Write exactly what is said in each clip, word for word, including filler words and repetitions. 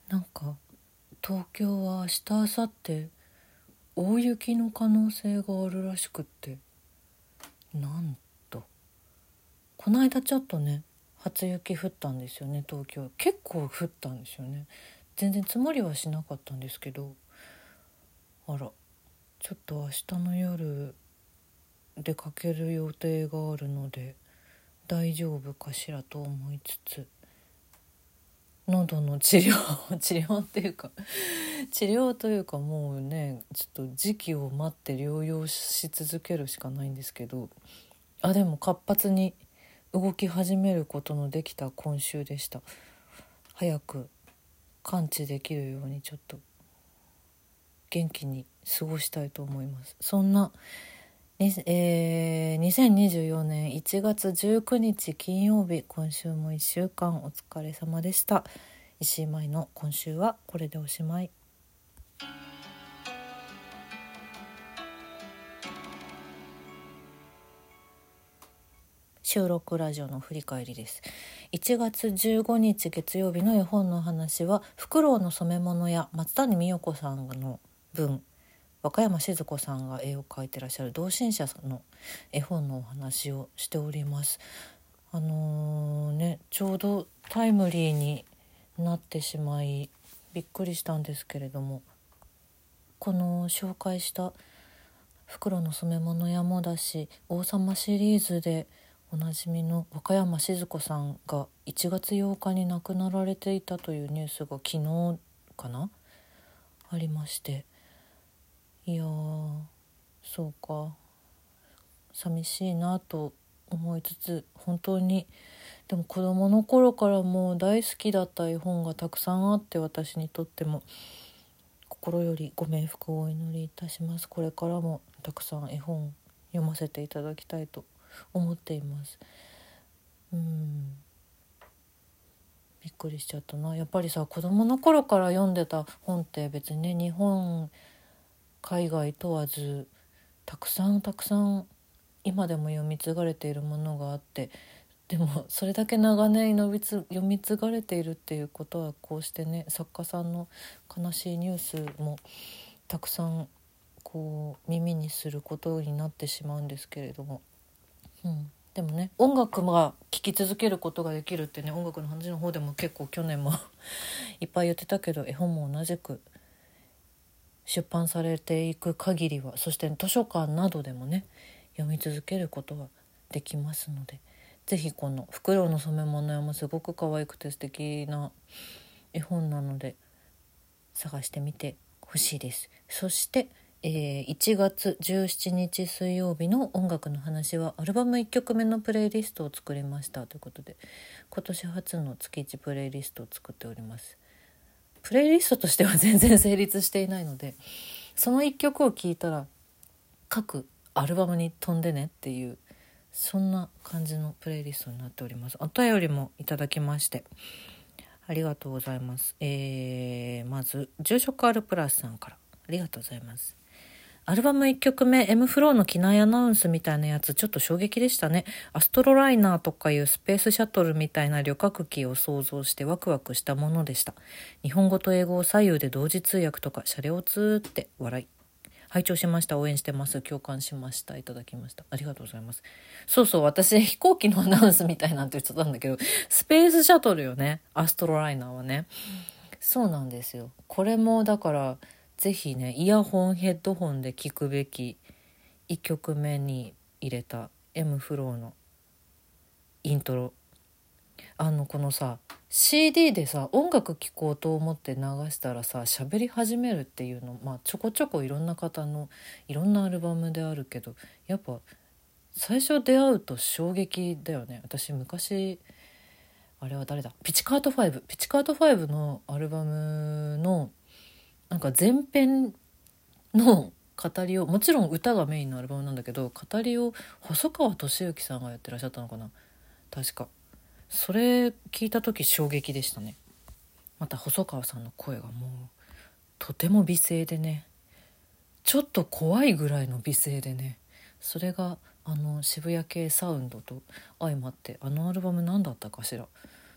なんか東京は明日明後日大雪の可能性があるらしくって、なんとこの間ちょっとね初雪降ったんですよね。東京結構降ったんですよね。全然積もりはしなかったんですけど、あらちょっと明日の夜出かける予定があるので大丈夫かしらと思いつつ、喉の治療治療っていうか治療というかもうねちょっと時期を待って療養し続けるしかないんですけど、あでも活発に動き始めることのできた今週でした。早く完治できるようにちょっと元気に過ごしたいと思います。そんな、にえー、にせんにじゅうよねんいちがつじゅうくにち金曜日、今週もいっしゅうかんお疲れ様でした。石井舞の今週はこれでおしまい。収録ラジオの振り返りです。いちがつじゅうごにち月曜日の絵本の話は、フクロウの染め物屋松谷美代子さんの文、和歌山静子さんが絵を描いてらっしゃる同心者の絵本のお話をしております。あのー、ねちょうどタイムリーになってしまいびっくりしたんですけれども、この紹介したフクロウの染め物屋もだし、王様シリーズでおなじみの和歌山静子さんがいちがつようかに亡くなられていたというニュースが昨日かなありまして、いやーそうか寂しいなと思いつつ、本当にでも子どもの頃からもう大好きだった絵本がたくさんあって、私にとっても心よりご冥福をお祈りいたします。これからもたくさん絵本読ませていただきたいと思っています。うんびっくりしちゃったな。やっぱりさ、子供の頃から読んでた本って別にね、日本海外問わずたくさんたくさん今でも読み継がれているものがあって、でもそれだけ長年のびつ読み継がれているっていうことは、こうしてね作家さんの悲しいニュースもたくさんこう耳にすることになってしまうんですけれども、うん、でもね音楽が聴き続けることができるってね、音楽の話の方でも結構去年もいっぱい言ってたけど、絵本も同じく出版されていく限りは、そして図書館などでもね読み続けることはできますので、ぜひこのフクロウの染め物屋もすごく可愛くて素敵な絵本なので探してみてほしいです。そして、えー、いちがつじゅうしちにち水曜日の音楽の話は、アルバムいっきょくめのプレイリストを作りましたということで、今年初の月いちプレイリストを作っております。プレイリストとしては全然成立していないので、そのいっきょくを聴いたら各アルバムに飛んでねっていう、そんな感じのプレイリストになっております。お便りもいただきましてありがとうございます。えー、まず住職あるプラスさんからありがとうございます。アルバムいっきょくめ M フローの機内アナウンスみたいなやつちょっと衝撃でしたね。アストロライナーとかいうスペースシャトルみたいな旅客機を想像してワクワクしたものでした。日本語と英語を左右で同時通訳とかシャレオツって笑い。拝聴しました。応援してます。共感しました。いただきました。ありがとうございます。そうそう、私飛行機のアナウンスみたいなんて言ってたんだけど、スペースシャトルよね。アストロライナーはね。そうなんですよ。これもだからぜひね、イヤホンヘッドホンで聞くべきいっきょくめに入れた M フローのイントロ。あのこのさ シーディー でさ音楽聴こうと思って流したらさ喋り始めるっていうの、まあちょこちょこいろんな方のいろんなアルバムであるけど、やっぱ最初出会うと衝撃だよね。私昔あれは誰だピチカートファイブピチカートファイブのアルバムのなんか前編の語りを、もちろん歌がメインのアルバムなんだけど、語りを細川俊之さんがやってらっしゃったのかな確か。それ聞いた時衝撃でしたね。また細川さんの声がもうとても美声でね、ちょっと怖いぐらいの美声でね、それがあの渋谷系サウンドと相まって、あのアルバム何だったかしら、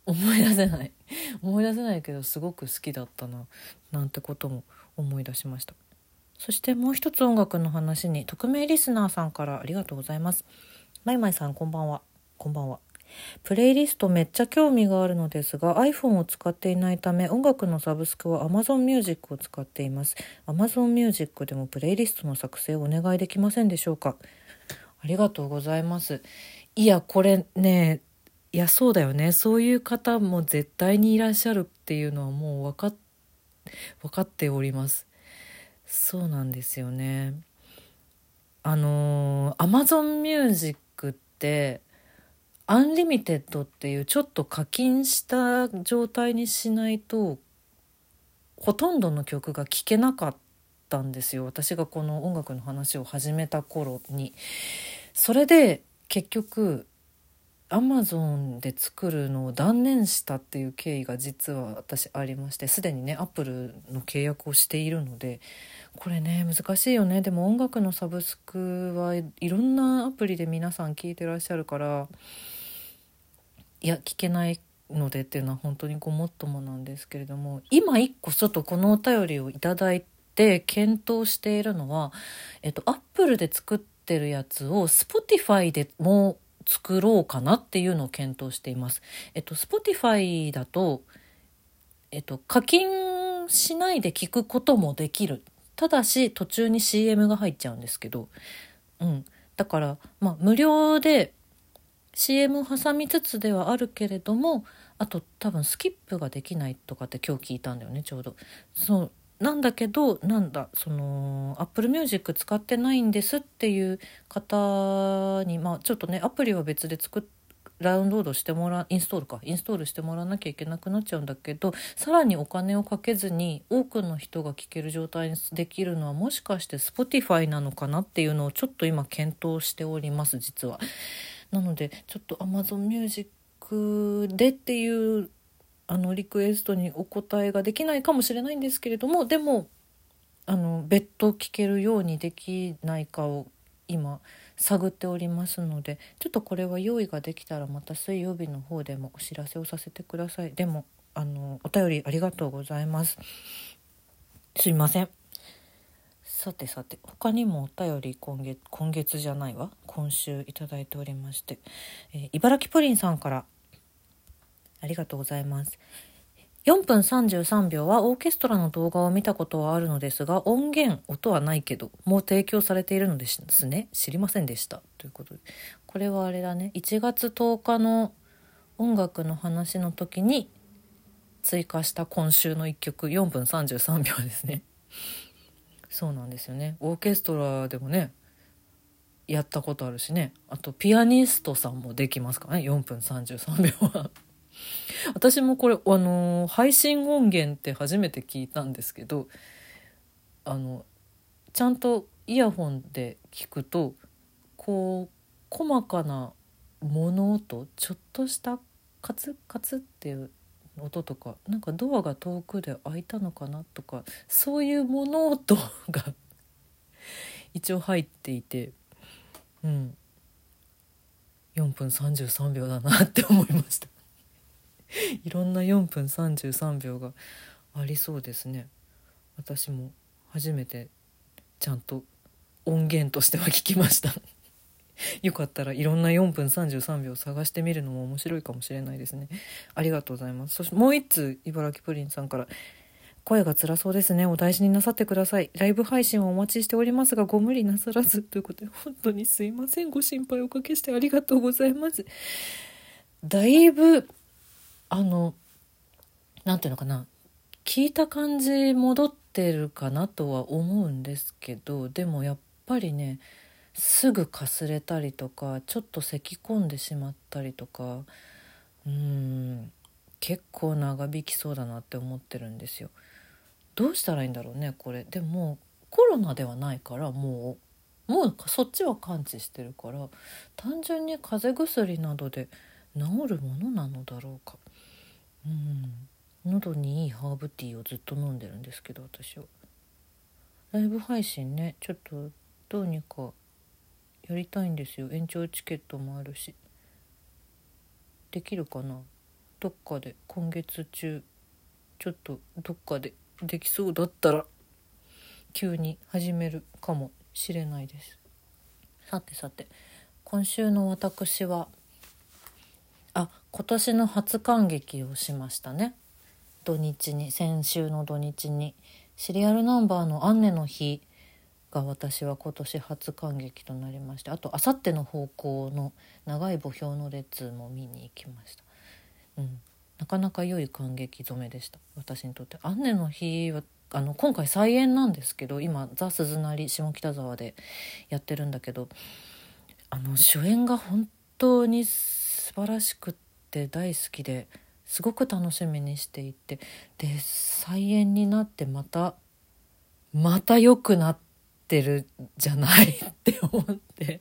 思い出せない思い出せないけどすごく好きだったななんてことも思い出しました。そしてもう一つ音楽の話に、匿名リスナーさんからありがとうございます。まいまいさん、こんばんは。こんばんは。プレイリストめっちゃ興味があるのですが iPhone を使っていないため、音楽のサブスクは Amazon Music を使っています。 Amazon Music でもプレイリストの作成をお願いできませんでしょうか。ありがとうございます。いやこれね、いやそうだよね、そういう方も絶対にいらっしゃるっていうのはもう分かっ、分かっております。そうなんですよね。あの Amazon Music ってアンリミテッドっていうちょっと課金した状態にしないとほとんどの曲が聴けなかったんですよ、私がこの音楽の話を始めた頃に。それで結局アマゾンで作るのを断念したっていう経緯が実は私ありまして、すでにねアップルの契約をしているので、これね難しいよね。でも音楽のサブスクはいろんなアプリで皆さん聞いてらっしゃるから、いや聞けないのでっていうのは本当にごもっともなんですけれども、今一個ちょっとこのお便りをいただいて検討しているのは、えっとアップルで作ってるやつを Spotify でも作ろうかなっていうのを検討しています。えっと Spotify だと、えっと、課金しないで聞くこともできる。ただし途中に シーエム が入っちゃうんですけど、うん、だからまあ無料で シーエム を挟みつつではあるけれども、あと多分スキップができないとかって今日聞いたんだよねちょうど。そうなんだけど、なんだその Apple Music 使ってないんですっていう方に、まあちょっとねアプリは別で作っダウンロードしてもらインストールかインストールしてもらわなきゃいけなくなっちゃうんだけど、さらにお金をかけずに多くの人が聴ける状態にできるのはもしかして Spotify なのかなっていうのをちょっと今検討しております実は。なのでちょっと Amazon Music でっていうあのリクエストにお答えができないかもしれないんですけれども、でもあの別途聴けるようにできないかを今探っておりますので、ちょっとこれは用意ができたらまた水曜日の方でもお知らせをさせてください。でもあのお便りありがとうございます。すいません。さてさて他にもお便り今月今月じゃないわ今週いただいておりまして、えー、茨城プリンさんからありがとうございます。よんぷんさんじゅうさんびょうはオーケストラの動画を見たことはあるのですが、音源音はないけどもう提供されているのですね。知りませんでしたということで、これはあれだね、いちがつとおかの音楽の話の時に追加した今週のいっきょくよんぷんさんじゅうさんびょうですね。そうなんですよね。オーケストラでもねやったことあるしね、あとピアニストさんもできますからねよんぷんさんじゅうさんびょうは。私もこれ、あのー配信音源って初めて聞いたんですけど、あのちゃんとイヤホンで聞くとこう細かな物音、ちょっとしたカツカツっていう音とか、なんかドアが遠くで開いたのかなとか、そういう物音が一応入っていて、うん、よんぷんさんじゅうさんびょうだなって思いました。いろんなよんぷんさんじゅうさんびょうがありそうですね。私も初めてちゃんと音源としては聞きました。よかったらいろんなよんぷんさんじゅうさんびょうを探してみるのも面白いかもしれないですね。ありがとうございます。そしてもう一通茨城プリンさんから、声が辛そうですね、お大事になさってください。ライブ配信をお待ちしておりますがご無理なさらずということで、本当にすいません、ご心配おかけしてありがとうございます。だいぶあのなんていうのかな、聞いた感じ戻ってるかなとは思うんですけど、でもやっぱりねすぐかすれたりとかちょっと咳き込んでしまったりとか、うーん結構長引きそうだなって思ってるんですよ。どうしたらいいんだろうねこれ。でもコロナではないからもうもうそっちは完治してるから、単純に風邪薬などで治るものなのだろうか。うん喉にいいハーブティーをずっと飲んでるんですけど、私はライブ配信ねちょっとどうにかやりたいんですよ。延長チケットもあるし、できるかな。 どっかで今月中ちょっとどっかでできそうだったら急に始めるかもしれないです。さてさて、今週の私はあ今年の初観劇をしましたね。土日に先週の土日にシリアルナンバーのアンネの日が私は今年初観劇となりまして、あとあさっての方向の長い墓標の列も見に行きました。うん、なかなか良い観劇染めでした私にとって。アンネの日はあの今回再演なんですけど、今ザ・鈴なり下北沢でやってるんだけど、あの主演が本当に素晴らしくって大好きですごく楽しみにしていて、で再演になってまたまた良くなってるじゃないって思って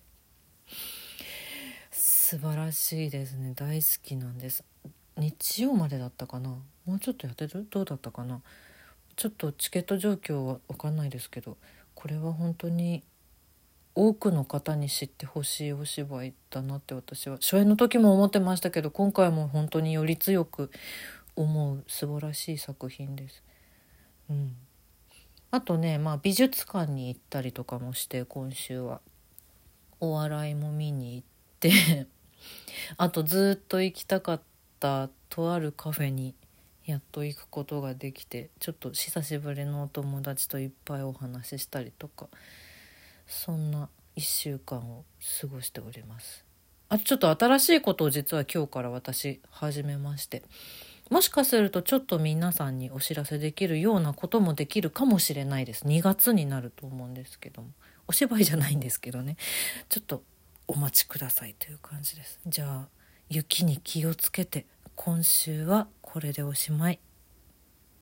素晴らしいですね。大好きなんです。日曜までだったかな、もうちょっとやってるどうだったかな、ちょっとチケット状況は分かんないですけど、これは本当に多くの方に知ってほしいお芝居だなって私は初演の時も思ってましたけど、今回も本当により強く思う素晴らしい作品です。うん、あとね、まあ、美術館に行ったりとかもして、今週はお笑いも見に行ってあとずっと行きたかったとあるカフェにやっと行くことができて、ちょっと久しぶりのお友達といっぱいお話ししたりとか、そんないっしゅうかんを過ごしております。あとちょっと新しいことを実は今日から私始めまして、もしかするとちょっと皆さんにお知らせできるようなこともできるかもしれないです。にがつになると思うんですけども、お芝居じゃないんですけどね、ちょっとお待ちくださいという感じです。じゃあ雪に気をつけて、今週はこれでおしまい。